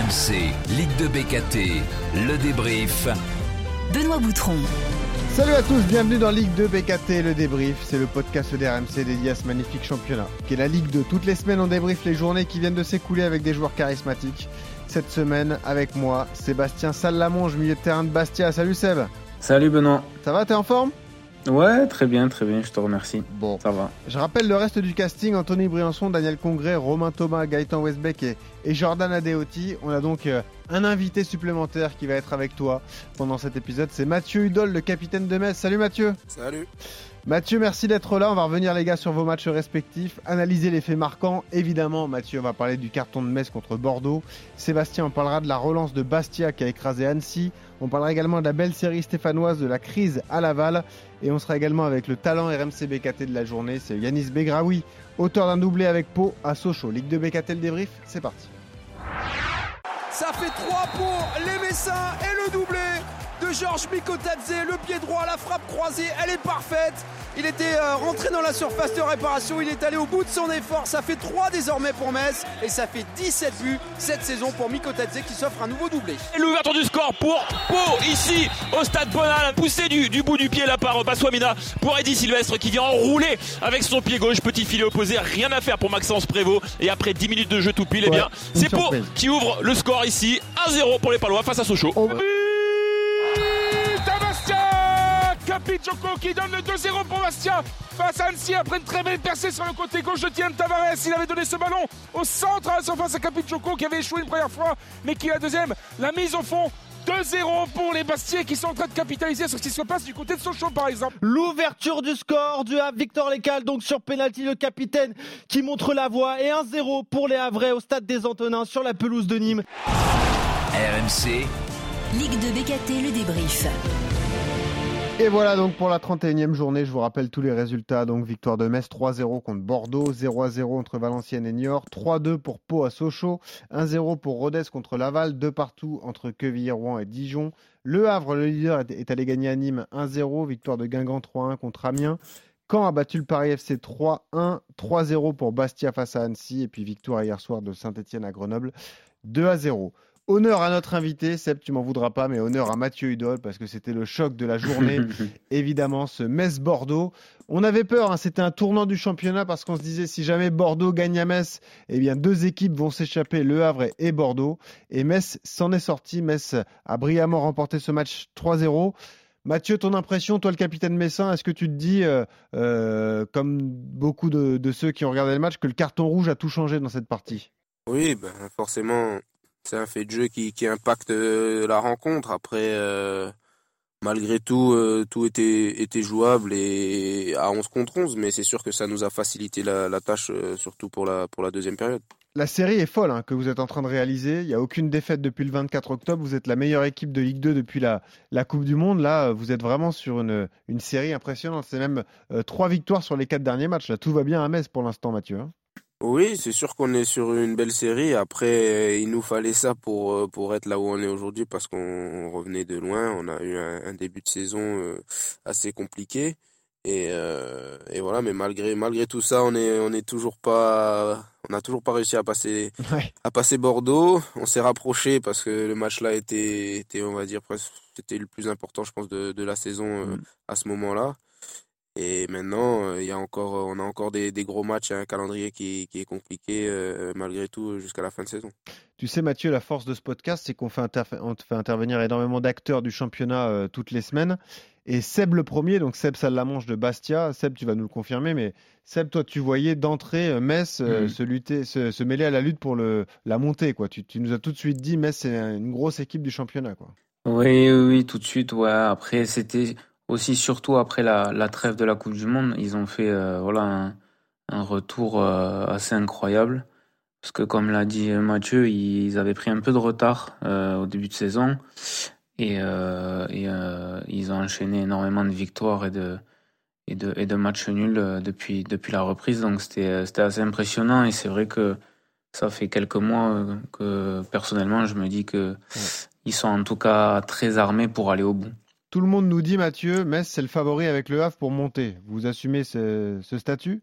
RMC, Ligue de BKT, le débrief. Benoît Boutron. Salut à tous, bienvenue dans Ligue 2 BKT, le débrief. C'est le podcast d'RMC dédié à ce magnifique championnat, qui est la Ligue 2. Toutes les semaines, on débriefe les journées qui viennent de s'écouler avec des joueurs charismatiques. Cette semaine, avec moi, Sébastien Salamonge, milieu de terrain de Bastia. Salut Seb. Salut Benoît. Ça va, t'es en forme ? Ouais, très bien, je te remercie. Bon, ça va. Je rappelle le reste du casting: Anthony Briançon, Daniel Congré, Romain Thomas, Gaëtan Westbeck et Jordan Adeoti. On a donc un invité supplémentaire qui va être avec toi pendant cet épisode. C'est Mathieu Hudol, le capitaine de Metz. Salut Mathieu. Salut. Mathieu, merci d'être là. On va revenir les gars sur vos matchs respectifs, analyser les faits marquants. Évidemment, Mathieu, on va parler du carton de Metz contre Bordeaux. Sébastien, on parlera de la relance de Bastia qui a écrasé Annecy. On parlera également de la belle série stéphanoise, de la crise à Laval. Et on sera également avec le talent RMC BKT de la journée. C'est Yanis Begraoui, auteur d'un doublé avec Pau à Sochaux. Ligue 2 BKT, le débrief, c'est parti. Ça fait 3 pour les Messins et le doublé de Georges Mikotadze, le pied droit, la frappe croisée, elle est parfaite. Il était rentré dans la surface de réparation, il est allé au bout de son effort. Ça fait 3 désormais pour Metz et ça fait 17 buts cette saison pour Mikotadze qui s'offre un nouveau doublé. Et l'ouverture du score pour Pau ici au stade Bonal, poussé du bout du pied là par Baswamina pour Eddy Sylvestre qui vient enrouler avec son pied gauche. Petit filet opposé, rien à faire pour Maxence Prévost. Et après 10 minutes de jeu tout pile, c'est Pau qui ouvre le score ici, 1-0 pour les Palois face à Sochaux. Capitchoko qui donne le 2-0 pour Bastia face à Annecy après une très belle percée sur le côté gauche de Tian Tavares. Il avait donné ce ballon au centre à la surface à Capitchoko qui avait échoué une première fois mais qui la deuxième, la mise au fond. 2-0 pour les Bastiais qui sont en train de capitaliser sur ce qui se passe du côté de Sochaux par exemple. L'ouverture du score du Havre, Victor Lécal donc sur pénalty, le capitaine qui montre la voie et 1-0 pour les Havrais au stade des Antonins sur la pelouse de Nîmes. RMC, Ligue 2 BKT, le débrief. Et voilà donc pour la 31e journée, je vous rappelle tous les résultats. Donc victoire de Metz 3-0 contre Bordeaux, 0-0 entre Valenciennes et Niort, 3-2 pour Pau à Sochaux, 1-0 pour Rodez contre Laval, 2 partout entre Quevilly-Rouen et Dijon. Le Havre, le leader, est allé gagner à Nîmes 1-0, victoire de Guingamp 3-1 contre Amiens. Caen a battu le Paris FC 3-1, 3-0 pour Bastia face à Annecy et puis victoire hier soir de Saint-Etienne à Grenoble 2-0. Honneur à notre invité, Seb, tu m'en voudras pas, mais honneur à Mathieu Hudol parce que c'était le choc de la journée. Évidemment, ce Metz-Bordeaux. On avait peur, c'était un tournant du championnat parce qu'on se disait si jamais Bordeaux gagne à Metz, eh bien 2 équipes vont s'échapper, Le Havre et Bordeaux. Et Metz s'en est sorti. Metz a brillamment remporté ce match 3-0. Mathieu, ton impression, toi le capitaine messin, est-ce que tu te dis, comme beaucoup de ceux qui ont regardé le match, que le carton rouge a tout changé dans cette partie ? Oui, forcément. C'est un fait de jeu qui impacte la rencontre. Après, malgré tout, tout était jouable et à 11 contre 11, mais c'est sûr que ça nous a facilité la tâche, surtout pour la deuxième période. La série est folle que vous êtes en train de réaliser. Il n'y a aucune défaite depuis le 24 octobre. Vous êtes la meilleure équipe de Ligue 2 depuis la Coupe du Monde. Là, vous êtes vraiment sur une série impressionnante. C'est même 3 victoires sur les 4 derniers matchs. Là, tout va bien à Metz pour l'instant, Mathieu. Oui, c'est sûr qu'on est sur une belle série. Après, il nous fallait ça pour être là où on est aujourd'hui parce qu'on revenait de loin. On a eu un début de saison assez compliqué et voilà. Mais malgré tout ça, on n'a toujours pas réussi à passer Bordeaux. On s'est rapproché parce que le match là était on va dire presque c'était le plus important, je pense, de la saison à ce moment-là. Et maintenant, on a encore des gros matchs et un calendrier qui est compliqué malgré tout jusqu'à la fin de saison. Tu sais Mathieu, la force de ce podcast, c'est qu'on fait intervenir énormément d'acteurs du championnat toutes les semaines. Et Seb le premier, donc Seb Salamonge de Bastia. Seb, tu vas nous le confirmer, mais Seb, toi, tu voyais d'entrée Metz se mêler à la lutte pour la montée, quoi. Tu nous as tout de suite dit, Metz, c'est une grosse équipe du championnat, quoi. Oui, tout de suite, ouais. Après, c'était aussi surtout après la trêve de la Coupe du Monde, ils ont fait un retour assez incroyable. Parce que comme l'a dit Mathieu, ils avaient pris un peu de retard au début de saison et ils ont enchaîné énormément de victoires et de matchs nuls depuis la reprise. Donc c'était assez impressionnant et c'est vrai que ça fait quelques mois que personnellement je me dis que ils sont en tout cas très armés pour aller au bout. Tout le monde nous dit, Mathieu, Metz, c'est le favori avec le Havre pour monter. Vous assumez ce statut ?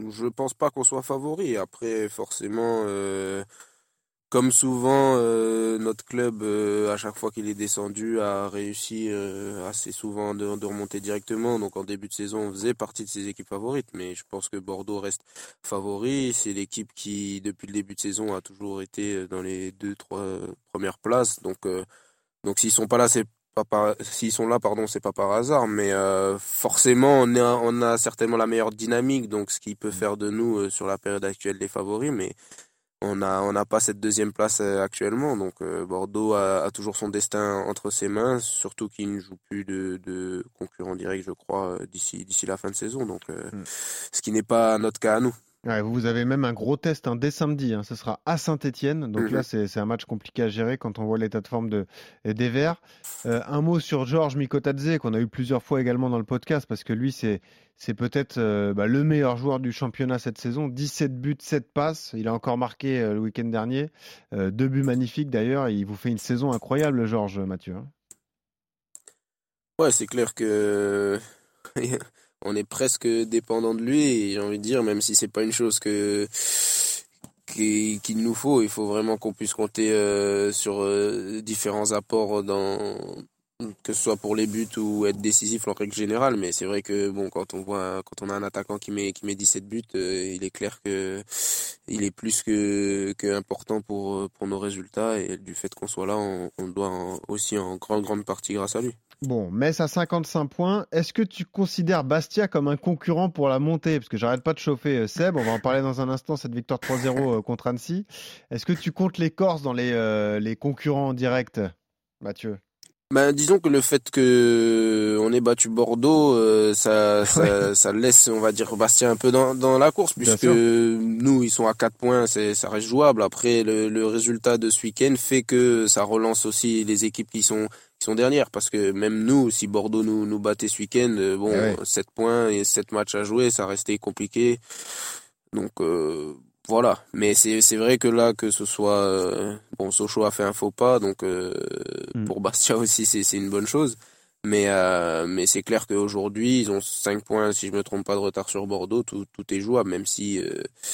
Je pense pas qu'on soit favori. Après, forcément, Comme souvent, notre club, à chaque fois qu'il est descendu, a réussi assez souvent de remonter directement. Donc en début de saison, on faisait partie de ses équipes favorites. Mais je pense que Bordeaux reste favori. C'est l'équipe qui, depuis le début de saison, a toujours été dans les 2-3 premières places. Donc s'ils sont pas là, s'ils sont là, pardon, c'est pas par hasard. Mais forcément, on a certainement la meilleure dynamique. Donc ce qui peut faire de nous, sur la période actuelle, les favoris. Mais on n'a pas cette deuxième place actuellement, donc Bordeaux a toujours son destin entre ses mains, surtout qu'il ne joue plus de concurrent direct, je crois, d'ici la fin de saison, donc ce qui n'est pas notre cas à nous. Ouais, vous avez même un gros test dès samedi, ce sera à Saint-Étienne, donc là c'est un match compliqué à gérer quand on voit l'état de forme des Verts. Un mot sur Georges Mikotadze qu'on a eu plusieurs fois également dans le podcast, parce que lui c'est peut-être le meilleur joueur du championnat cette saison, 17 buts, 7 passes, il a encore marqué le week-end dernier, 2 buts magnifiques d'ailleurs, il vous fait une saison incroyable Georges, Mathieu. Ouais, c'est clair que on est presque dépendant de lui, et j'ai envie de dire, même si c'est pas une chose qu'il nous faut, il faut vraiment qu'on puisse compter sur différents apports que ce soit pour les buts ou être décisif en règle générale. Mais c'est vrai que quand on a un attaquant qui met 17 buts, il est clair que il est plus que important pour nos résultats, et du fait qu'on soit là, on doit aussi en grande partie grâce à lui. Bon, Metz à 55 points. Est-ce que tu considères Bastia comme un concurrent pour la montée? Parce que j'arrête pas de chauffer Seb, on va en parler dans un instant, cette victoire 3-0 contre Annecy. Est-ce que tu comptes les Corses dans les concurrents en direct, Mathieu? Disons que le fait que on ait battu Bordeaux, ça laisse, on va dire, Bastia un peu dans la course, puisque nous, ils sont à 4 points, ça reste jouable. Après, le résultat de ce week-end fait que ça relance aussi les équipes qui sont dernières, parce que même nous, si Bordeaux nous battait ce week-end, 7 points et 7 matchs à jouer, ça restait compliqué. Donc, voilà, mais c'est vrai que là, que ce soit Sochaux a fait un faux pas, donc pour Bastia aussi c'est une bonne chose, mais c'est clair qu'aujourd'hui ils ont 5 points, si je me trompe pas, de retard sur Bordeaux. Tout est jouable, même si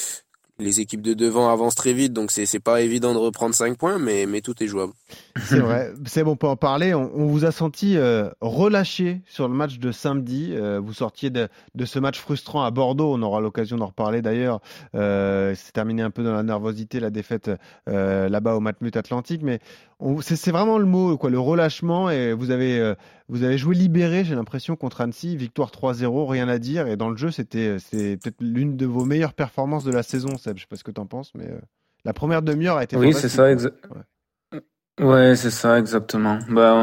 les équipes de devant avancent très vite, donc c'est pas évident de reprendre 5 points, mais tout est jouable. C'est vrai, c'est bon, on peut en parler. On vous a senti relâché sur le match de samedi. Vous sortiez de ce match frustrant à Bordeaux. On aura l'occasion d'en reparler d'ailleurs. C'est terminé un peu dans la nervosité, la défaite là-bas au Matmut Atlantique. Mais c'est vraiment le mot, quoi, le relâchement. Et vous avez joué libéré, j'ai l'impression, contre Annecy. Victoire 3-0, rien à dire. Et dans le jeu, c'est peut-être l'une de vos meilleures performances de la saison, Seb. Je sais pas ce que tu en penses, mais la première demi-heure a été fantastique. Oui, c'est ça, Ouais, c'est ça, exactement.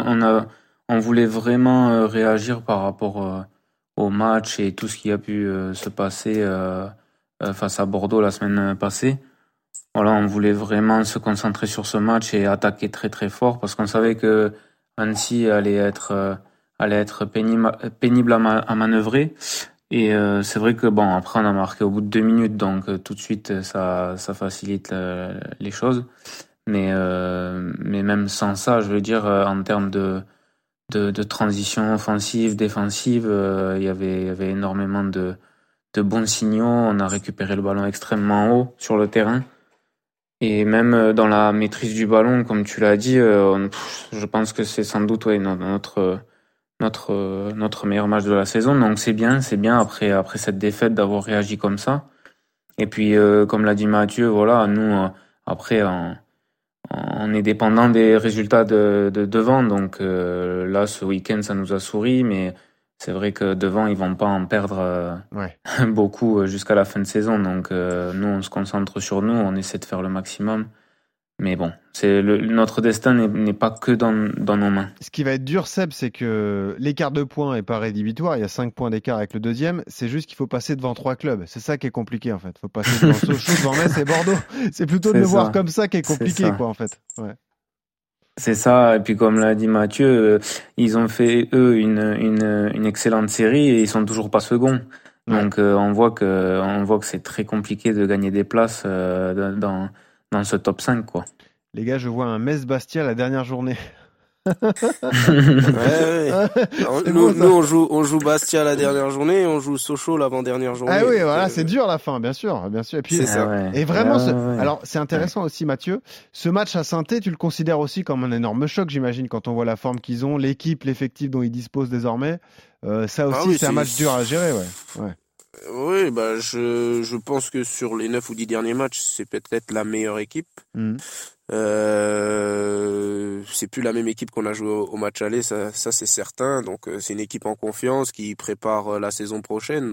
On voulait vraiment réagir par rapport au match et tout ce qui a pu se passer face à Bordeaux la semaine passée. Voilà, on voulait vraiment se concentrer sur ce match et attaquer très très fort, parce qu'on savait que Annecy allait être pénible à manœuvrer. Et c'est vrai que après on a marqué au bout de 2 minutes, donc tout de suite ça facilite les choses. Mais même sans ça, je veux dire, en termes de transition offensive, défensive, il y avait énormément de bons signaux. On a récupéré le ballon extrêmement haut sur le terrain. Et même dans la maîtrise du ballon, comme tu l'as dit, je pense que c'est sans doute notre meilleur match de la saison. Donc c'est bien après cette défaite d'avoir réagi comme ça. Et puis, comme l'a dit Mathieu, voilà, nous, après, on est dépendant des résultats de devant, donc là ce week-end ça nous a souri, mais c'est vrai que devant ils vont pas en perdre beaucoup jusqu'à la fin de saison, donc nous on se concentre sur nous, on essaie de faire le maximum, mais bon, notre destin n'est pas que dans nos mains. Ce qui va être dur, Seb, c'est que l'écart de points est pas rédhibitoire. Il y a 5 points d'écart avec le deuxième. C'est juste qu'il faut passer devant 3 clubs. C'est ça qui est compliqué, en fait. Il faut passer devant Sochaux, devant Metz et Bordeaux. C'est plutôt de le voir comme ça qui est compliqué, quoi, en fait. Ouais. C'est ça. Et puis, comme l'a dit Mathieu, ils ont fait, eux, une excellente série et ils sont toujours pas seconds. Donc, on voit que c'est très compliqué de gagner des places dans ce top 5, quoi. Les gars, je vois un Metz-Bastia la dernière journée. Nous, on joue Bastia la dernière journée et on joue Sochaux l'avant-dernière journée. Ah oui, voilà, c'est dur la fin, bien sûr. Et puis, c'est ça. Et vraiment, alors c'est intéressant aussi, Mathieu. Ce match à Saint-Étienne, tu le considères aussi comme un énorme choc, j'imagine, quand on voit la forme qu'ils ont, l'équipe, l'effectif dont ils disposent désormais. Ça aussi, c'est un match dur à gérer, ouais. Oui, je pense que sur les 9 ou 10 derniers matchs, c'est peut-être la meilleure équipe. C'est plus la même équipe qu'on a joué au match aller, ça c'est certain. Donc c'est une équipe en confiance qui prépare la saison prochaine.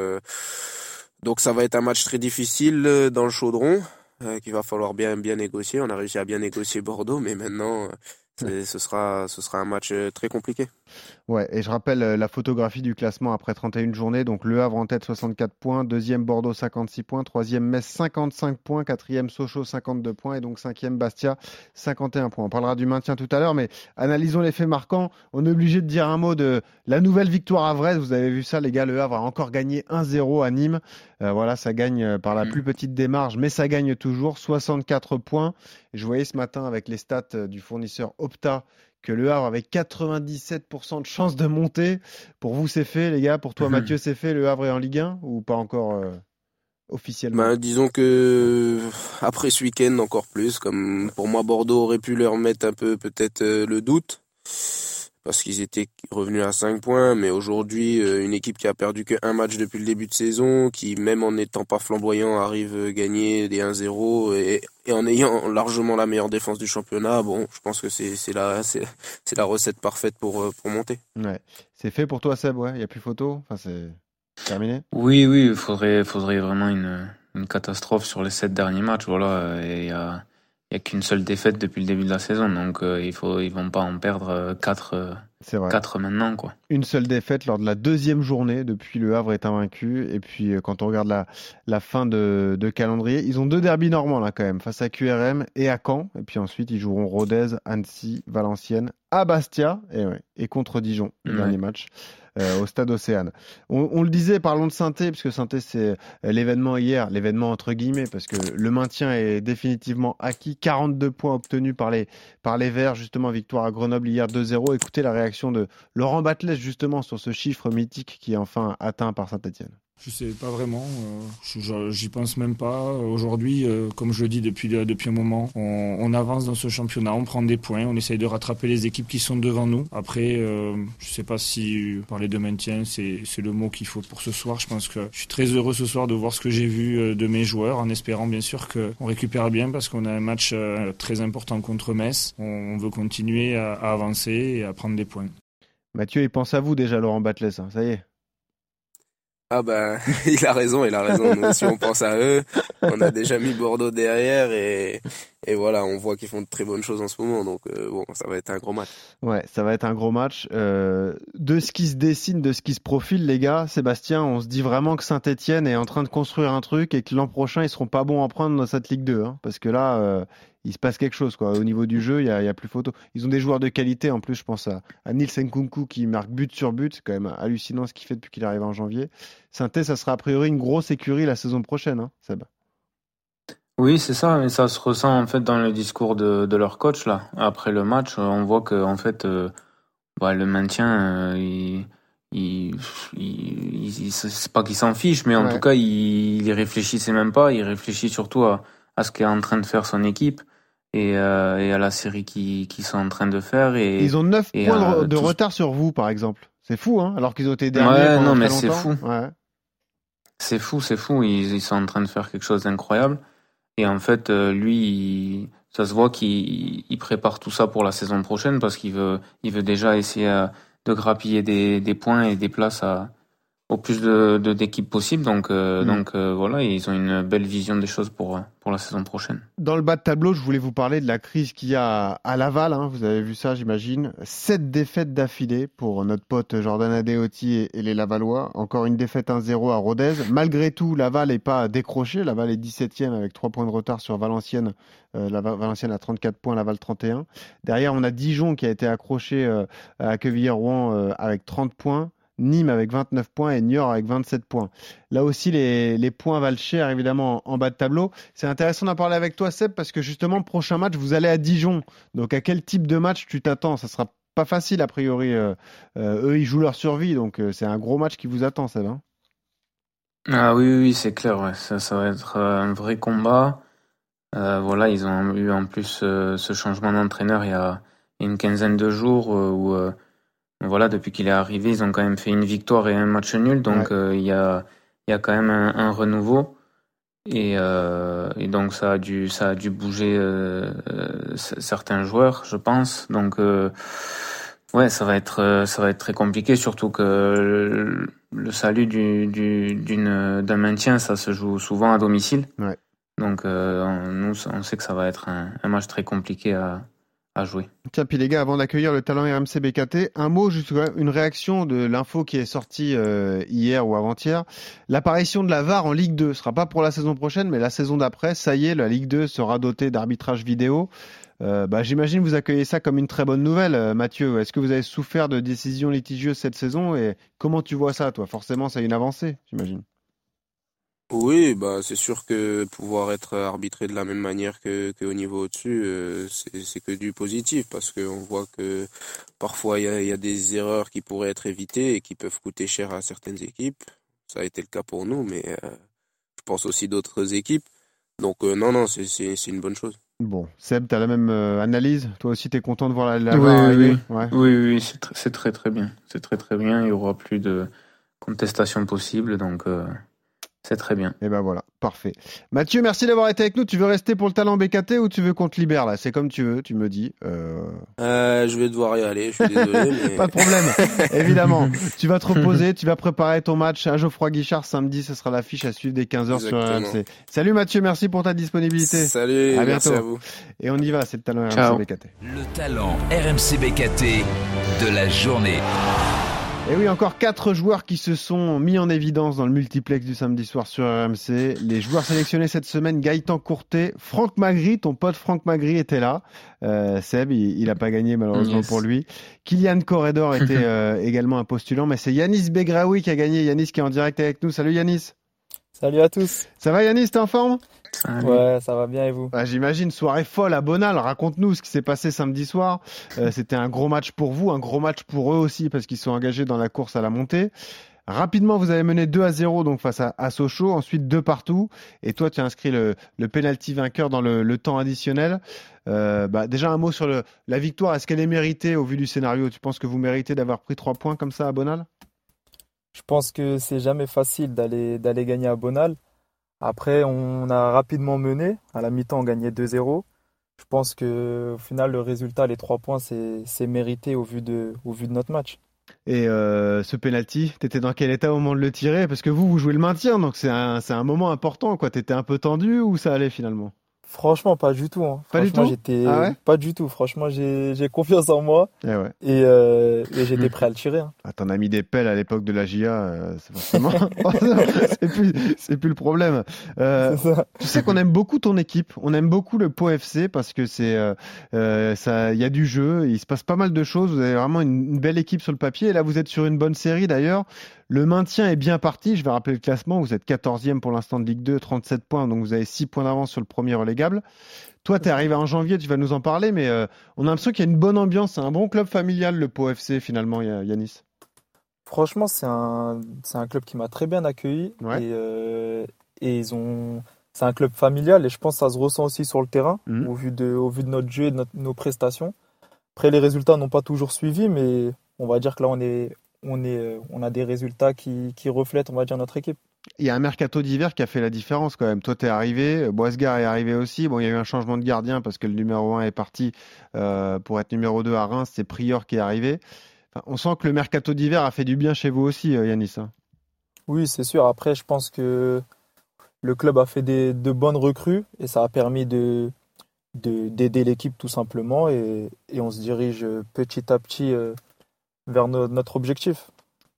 Donc ça va être un match très difficile dans le chaudron, qu'il va falloir bien négocier. On a réussi à bien négocier Bordeaux, mais maintenant ce sera un match très compliqué. Ouais, et je rappelle la photographie du classement après 31 journées. Donc Le Havre en tête 64 points, deuxième Bordeaux 56 points, troisième Metz 55 points, quatrième Sochaux 52 points et donc cinquième Bastia 51 points. On parlera du maintien tout à l'heure, mais analysons les faits marquants. On est obligé de dire un mot de la nouvelle victoire havraise. Vous avez vu ça, les gars, Le Havre a encore gagné 1-0 à Nîmes. Voilà, ça gagne par la plus petite des marges, mais ça gagne toujours 64 points. Et je voyais ce matin avec les stats du fournisseur Opta que Le Havre avait 97% de chances de monter. Pour vous, c'est fait, les gars. Pour toi, Mathieu, c'est fait. Le Havre est en Ligue 1 ou pas encore officiellement? Disons que après ce week-end, encore plus. Comme pour moi, Bordeaux aurait pu leur mettre un peu peut-être le doute parce qu'ils étaient revenus à 5 points. Mais aujourd'hui, une équipe qui a perdu qu'un match depuis le début de saison, qui même en n'étant pas flamboyant arrive à gagner des 1-0 et en ayant largement la meilleure défense du championnat, bon, je pense que c'est la recette parfaite pour monter. Ouais. C'est fait pour toi, Seb, ouais. Il n'y a plus photo. Enfin, c'est terminé. Oui, il faudrait vraiment une catastrophe sur les 7 derniers matchs. Voilà, et il y a qu'une seule défaite depuis le début de la saison, donc ils vont pas en perdre 4 maintenant, quoi. Une seule défaite lors de la deuxième journée depuis Le Havre est invaincu. Et puis quand on regarde la fin de calendrier, ils ont 2 derbys normands là quand même, face à QRM et à Caen. Et puis ensuite ils joueront Rodez, Annecy, Valenciennes, à Bastia et contre Dijon, le dernier match. Au stade Océane. On le disait, parlons de Saint-Étienne, parce que Saint-Étienne, c'est l'événement hier, l'événement entre guillemets, parce que le maintien est définitivement acquis. 42 points obtenus par les Verts, justement, victoire à Grenoble hier 2-0. Écoutez la réaction de Laurent Batles, justement, sur ce chiffre mythique qui est enfin atteint par Saint-Étienne. Je sais pas vraiment, j'y pense même pas. Aujourd'hui, comme je le dis depuis un moment, on avance dans ce championnat, on prend des points, on essaye de rattraper les équipes qui sont devant nous. Après, je sais pas si parler de maintien, c'est le mot qu'il faut pour ce soir. Je pense que je suis très heureux ce soir de voir ce que j'ai vu de mes joueurs, en espérant bien sûr qu'on récupère bien parce qu'on a un match très important contre Metz. On veut continuer à avancer et à prendre des points. Mathieu, il pense à vous déjà, Laurent Batles, hein, ça y est. Ah il a raison. Nous aussi, on pense à eux. On a déjà mis Bordeaux derrière et voilà, on voit qu'ils font de très bonnes choses en ce moment. Donc ça va être un gros match. Ouais, ça va être un gros match. De ce qui se dessine, de ce qui se profile, les gars, Sébastien, on se dit vraiment que Saint-Étienne est en train de construire un truc et que l'an prochain, ils seront pas bons à prendre dans cette Ligue 2. Hein, parce que là, il se passe quelque chose, quoi. Au niveau du jeu, il y a plus photo. Ils ont des joueurs de qualité. En plus, je pense à Nils Nkunku qui marque but sur but. C'est quand même hallucinant ce qu'il fait depuis qu'il est arrivé en janvier. Saint-Étienne, ça sera a priori une grosse écurie la saison prochaine, hein, Seb. Oui, c'est ça, mais ça se ressent en fait dans le discours de leur coach là. Après le match, on voit que en fait, le maintien, c'est pas qu'il s'en fiche, mais en tout cas, il y réfléchissait même pas. Il réfléchit surtout à ce qu'est en train de faire son équipe et à la série qu'ils sont en train de faire. Et ils ont 9 points de retard sur vous, par exemple. C'est fou, hein, alors qu'ils ont été derniers pendant très longtemps. C'est fou. Ouais. C'est fou. Ils sont en train de faire quelque chose d'incroyable. Et en fait, lui, ça se voit qu'il prépare tout ça pour la saison prochaine parce qu'il veut déjà essayer de grappiller des points et des places au plus d'équipes possible. Donc voilà, ils ont une belle vision des choses pour la saison prochaine. Dans le bas de tableau, je voulais vous parler de la crise qu'il y a à Laval. Hein. Vous avez vu ça, j'imagine. 7 défaites d'affilée pour notre pote Jordan Adeoti et les Lavallois. Encore une défaite 1-0 à Rodez. Malgré tout, Laval n'est pas décroché. Laval est 17e avec 3 points de retard sur Valenciennes. Valenciennes a 34 points, Laval 31. Derrière, on a Dijon qui a été accroché à Quevilly-Rouen avec 30 points. Nîmes avec 29 points et Niort avec 27 points. Là aussi, les points valent cher, évidemment, en bas de tableau. C'est intéressant d'en parler avec toi, Seb, parce que justement, prochain match, vous allez à Dijon. Donc, à quel type de match tu t'attends? Ça sera pas facile, a priori. Eux, ils jouent leur survie, donc c'est un gros match qui vous attend, Seb. Hein. Ah oui, c'est clair, ouais. Ça va être un vrai combat. Voilà, ils ont eu en plus ce changement d'entraîneur il y a une quinzaine de jours où voilà, depuis qu'il est arrivé, ils ont quand même fait une victoire et un match nul, donc il y a quand même un renouveau et donc ça a dû bouger certains joueurs, je pense. Donc ouais, ça va être très compliqué, surtout que le salut d'un maintien, ça se joue souvent à domicile. Ouais. Donc nous, on sait que ça va être un match très compliqué à jouer. Tiens, puis les gars, avant d'accueillir le talent RMC BKT, un mot, juste une réaction de l'info qui est sortie hier ou avant-hier. L'apparition de la VAR en Ligue 2, ce sera pas pour la saison prochaine, mais la saison d'après, ça y est, la Ligue 2 sera dotée d'arbitrage vidéo. J'imagine que vous accueillez ça comme une très bonne nouvelle, Mathieu. Est-ce que vous avez souffert de décisions litigieuses cette saison et comment tu vois ça, toi? Forcément, c'est une avancée, j'imagine. Oui, c'est sûr que pouvoir être arbitré de la même manière que au niveau au-dessus, c'est que du positif parce qu'on voit que parfois il y a des erreurs qui pourraient être évitées et qui peuvent coûter cher à certaines équipes. Ça a été le cas pour nous, mais je pense aussi d'autres équipes. Donc non, c'est une bonne chose. Bon, Seb, tu as la même analyse? Toi aussi, tu es content de voir la Oui, VAR arriver? Ouais. Oui, c'est très très bien. C'est très très bien. Il n'y aura plus de contestation possible, donc c'est très bien. Et ben voilà, parfait. Mathieu, merci d'avoir été avec nous. Tu veux rester pour le talent BKT ou tu veux qu'on te libère là? C'est comme tu veux, tu me dis. Je vais devoir y aller, je suis désolé. Mais... Pas de problème, évidemment. Tu vas te reposer, tu vas préparer ton match à Geoffroy Guichard samedi. Ce sera l'affiche à suivre dès 15h sur RMC. Salut Mathieu, merci pour ta disponibilité. Salut, à merci bientôt. À vous. Et on y va, c'est le talent Ciao. RMC BKT. Le talent RMC BKT de la journée. Et oui, encore 4 joueurs qui se sont mis en évidence dans le multiplex du samedi soir sur RMC. Les joueurs sélectionnés cette semaine, Gaëtan Courtet, Franck Magri, ton pote Franck Magri était là. Seb, il n'a pas gagné malheureusement pour lui. Kylian Corredor était également un postulant, mais c'est Yanis Begraoui qui a gagné. Yanis qui est en direct avec nous. Salut Yanis. Salut à tous. Ça va Yanis, t'es en forme? Ouais, ça va bien et vous? J'imagine, soirée folle à Bonal. Raconte-nous ce qui s'est passé samedi soir. C'était un gros match pour vous, un gros match pour eux aussi parce qu'ils sont engagés dans la course à la montée. Rapidement, vous avez mené 2-0 donc face à Sochaux, ensuite 2 partout. Et toi, tu as inscrit le penalty vainqueur dans le temps additionnel. Déjà un mot sur la victoire. Est-ce qu'elle est méritée au vu du scénario? Tu penses que vous méritez d'avoir pris 3 points comme ça à Bonal? Je pense que c'est jamais facile d'aller gagner à Bonal. Après, on a rapidement mené. À la mi-temps, on gagnait 2-0. Je pense qu'au final, le résultat, les 3 points, c'est mérité au vu de notre match. Et ce penalty, t'étais dans quel état au moment de le tirer? Parce que vous jouez le maintien, donc c'est un moment important, quoi. T'étais un peu tendu ou ça allait finalement? Franchement, pas du tout. Hein. Pas du tout? Pas du tout. Franchement, j'ai confiance en moi. Et j'étais prêt à le tirer. Hein. T'en as mis des pelles à l'époque de la GIA, c'est forcément... c'est plus le problème. Tu sais qu'on aime beaucoup ton équipe. On aime beaucoup le Pau FC parce que il y a du jeu, il se passe pas mal de choses. Vous avez vraiment une belle équipe sur le papier. Et là, vous êtes sur une bonne série d'ailleurs. Le maintien est bien parti. Je vais rappeler le classement. Vous êtes 14e pour l'instant de Ligue 2, 37 points. Donc vous avez 6 points d'avance sur le premier relégable. Toi, tu es arrivé en janvier, tu vas nous en parler, mais on a l'impression qu'il y a une bonne ambiance. C'est un bon club familial, le Pau FC, finalement, Yanis. Franchement, c'est un club qui m'a très bien accueilli. Ouais. Et c'est un club familial et je pense que ça se ressent aussi sur le terrain au vu de notre jeu et de nos prestations. Après, les résultats n'ont pas toujours suivi, mais on va dire que là, on a des résultats qui reflètent, on va dire, notre équipe. Il y a un mercato d'hiver qui a fait la différence quand même. Toi, t'es arrivé, Boisgard est arrivé aussi. Bon, il y a eu un changement de gardien parce que le numéro 1 est parti pour être numéro 2 à Reims. C'est Prior qui est arrivé. Enfin, on sent que le mercato d'hiver a fait du bien chez vous aussi, Yanis. Oui, c'est sûr. Après, je pense que le club a fait de bonnes recrues et ça a permis d'aider l'équipe tout simplement. Et on se dirige petit à petit vers notre objectif.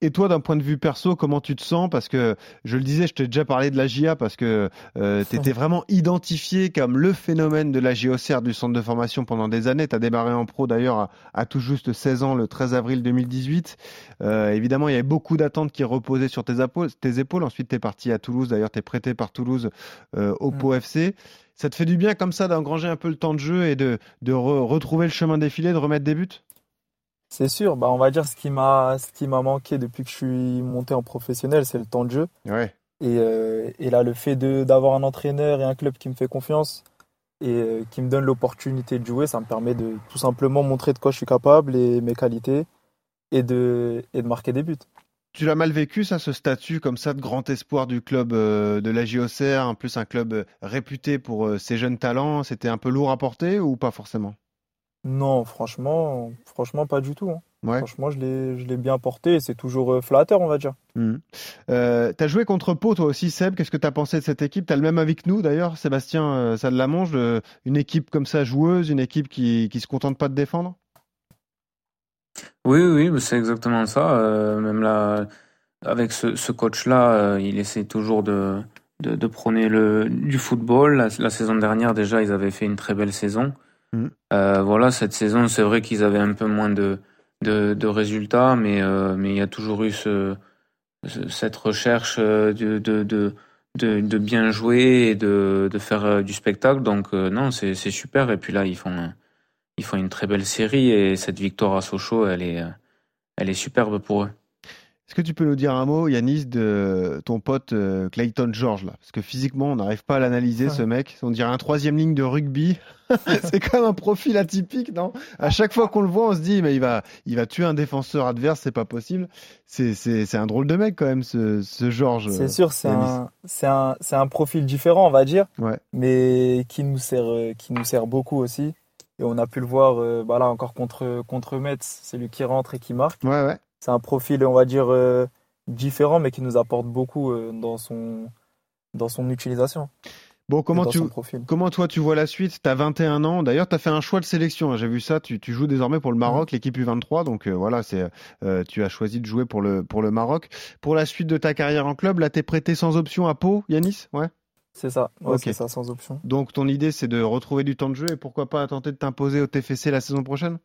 Et toi, d'un point de vue perso, comment tu te sens? Parce que, je le disais, je t'ai déjà parlé de la GIA parce que tu étais vraiment identifié comme le phénomène de la JOCR du centre de formation pendant des années. Tu as démarré en pro d'ailleurs à tout juste 16 ans, le 13 avril 2018. Évidemment, il y avait beaucoup d'attentes qui reposaient sur tes épaules. Ensuite, tu es parti à Toulouse. D'ailleurs, tu es prêté par Toulouse au Pau FC. Ça te fait du bien comme ça d'engranger un peu le temps de jeu et de retrouver le chemin défilé, de remettre des buts? C'est sûr, on va dire ce qui m'a manqué depuis que je suis monté en professionnel, c'est le temps de jeu. Ouais. Et là, le fait d'avoir un entraîneur et un club qui me fait confiance et qui me donne l'opportunité de jouer, ça me permet de tout simplement montrer de quoi je suis capable et mes qualités et de marquer des buts. Tu l'as mal vécu, ça, ce statut comme ça de grand espoir du club de la JOCR, en plus un club réputé pour ses jeunes talents, c'était un peu lourd à porter ou pas forcément? Non, franchement, pas du tout. Ouais. Franchement, je l'ai bien porté et c'est toujours flatteur, on va dire. T'as joué contre Pau, toi aussi, Seb. Qu'est-ce que t'as pensé de cette équipe? T'as le même avis que nous, d'ailleurs, Sébastien Sallamonge. Une équipe comme ça, joueuse, une équipe qui se contente pas de défendre? Oui, c'est exactement ça. Même là, avec ce coach-là, il essaie toujours de prôner du football. La saison dernière, déjà, ils avaient fait une très belle saison. Voilà, cette saison, c'est vrai qu'ils avaient un peu moins de résultats, mais il y a toujours eu cette recherche de bien jouer et de faire du spectacle. Donc non, c'est super. Et puis là, ils font une très belle série et cette victoire à Sochaux, elle est superbe pour eux. Est-ce que tu peux nous dire un mot, Yanis, de ton pote Clayton George là? Parce que physiquement, on n'arrive pas à l'analyser, ce mec. On dirait un troisième ligne de rugby. C'est quand même un profil atypique, non? À chaque fois qu'on le voit, on se dit, mais il va tuer un défenseur adverse, c'est pas possible. C'est un drôle de mec quand même, ce George. C'est sûr, c'est un profil différent, on va dire, ouais. Mais qui nous sert beaucoup aussi. Et on a pu le voir, là encore contre Metz, c'est lui qui rentre et qui marque. Ouais. C'est un profil, on va dire, différent, mais qui nous apporte beaucoup dans son utilisation. Bon, comment toi tu vois la suite? Tu as 21 ans. D'ailleurs, tu as fait un choix de sélection. J'ai vu ça. Tu joues désormais pour le Maroc, l'équipe U23. Donc voilà, tu as choisi de jouer pour le Maroc. Pour la suite de ta carrière en club, là, tu es prêté sans option à Pau, Yanis? Ouais. C'est ça, okay. C'est ça, sans option. Donc ton idée, c'est de retrouver du temps de jeu et pourquoi pas tenter de t'imposer au TFC la saison prochaine?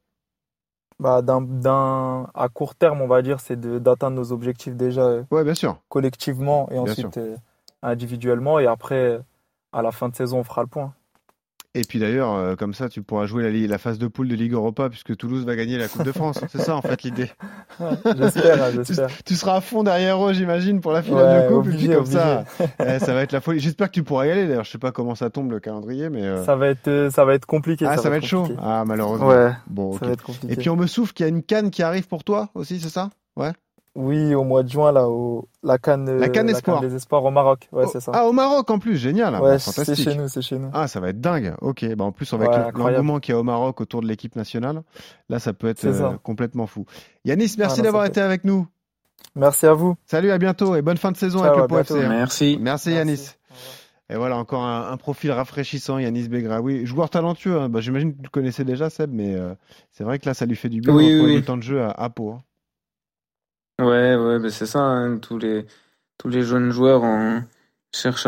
À court terme, on va dire, c'est d'atteindre nos objectifs déjà bien sûr. collectivement et ensuite individuellement. Et après, à la fin de saison, on fera le point. Et puis d'ailleurs, comme ça, tu pourras jouer la phase de poule de Ligue Europa puisque Toulouse va gagner la Coupe de France. C'est ça, en fait, l'idée. Ouais, j'espère. Tu seras à fond derrière eux, j'imagine, pour la finale de Coupe. Obligé, et puis comme ça, ça va être la folie. J'espère que tu pourras y aller. D'ailleurs, je sais pas comment ça tombe le calendrier, mais ça va être compliqué. Ah, ça va être chaud. Ah, malheureusement. Ouais. Bon, ça va être compliqué. Et puis on me souffle qu'il y a une CAN qui arrive pour toi aussi, c'est ça? Ouais. Oui, au mois de juin, là, la CAN des Espoirs au Maroc. Ouais, c'est ça. Ah, au Maroc en plus, génial. Ouais, fantastique. c'est chez nous. Ah, ça va être dingue. Ok, en plus, avec l'engouement qu'il y a au Maroc autour de l'équipe nationale, là, ça peut être complètement fou. Yanis, merci d'avoir été avec nous. Merci à vous. Salut, à bientôt et bonne fin de saison avec le Pau FC. Merci Yanis. Et voilà, encore un profil rafraîchissant, Yanis Begraoui. Joueur talentueux, hein. J'imagine que tu le connaissais déjà, Seb, mais c'est vrai que là, ça lui fait du bien de retrouver du temps de jeu à Pau. Hein. Ouais, c'est ça. Hein. Tous les jeunes joueurs cherchent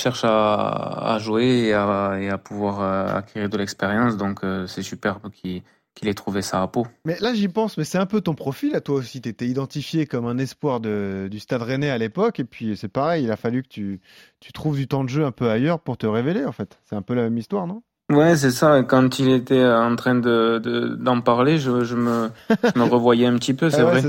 à jouer et à pouvoir acquérir de l'expérience. Donc c'est superbe qu'il ait trouvé ça à Pau. Mais là, j'y pense, mais c'est un peu ton profil. À toi aussi, tu étais identifié comme un espoir du Stade Rennais à l'époque. Et puis c'est pareil, il a fallu que tu trouves du temps de jeu un peu ailleurs pour te révéler, en fait. C'est un peu la même histoire, non? Ouais, c'est ça. Quand il était en train d'en parler, je me revoyais un petit peu. C'est vrai.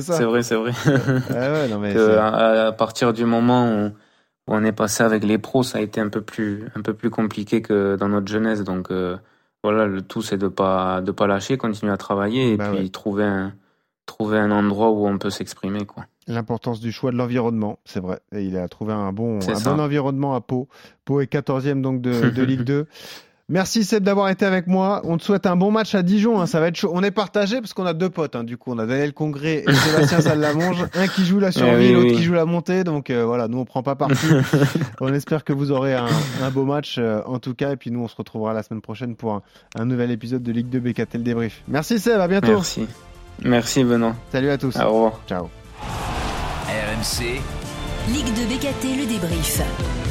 Non, mais à partir du moment où on est passé avec les pros, ça a été un peu plus compliqué que dans notre jeunesse. Donc voilà, le tout c'est de pas lâcher, continuer à travailler et puis trouver un endroit où on peut s'exprimer, quoi. L'importance du choix de l'environnement, c'est vrai. Et il a trouvé un bon environnement à Pau. Pau est 14e donc de Ligue 2. Merci Seb d'avoir été avec moi. On te souhaite un bon match à Dijon. Hein. Ça va être chaud. On est partagé parce qu'on a deux potes. Hein. Du coup, on a Daniel Congré et Sébastien Sallamonge. Un qui joue la survie, l'autre qui joue la montée. Donc voilà, nous on prend pas parti. On espère que vous aurez un beau match en tout cas. Et puis nous, on se retrouvera la semaine prochaine pour un nouvel épisode de Ligue 2 BKT le débrief. Merci Seb, à bientôt. Merci Benoît. Salut à tous. Au revoir. Ciao. RMC. Ligue de BKT, le débrief.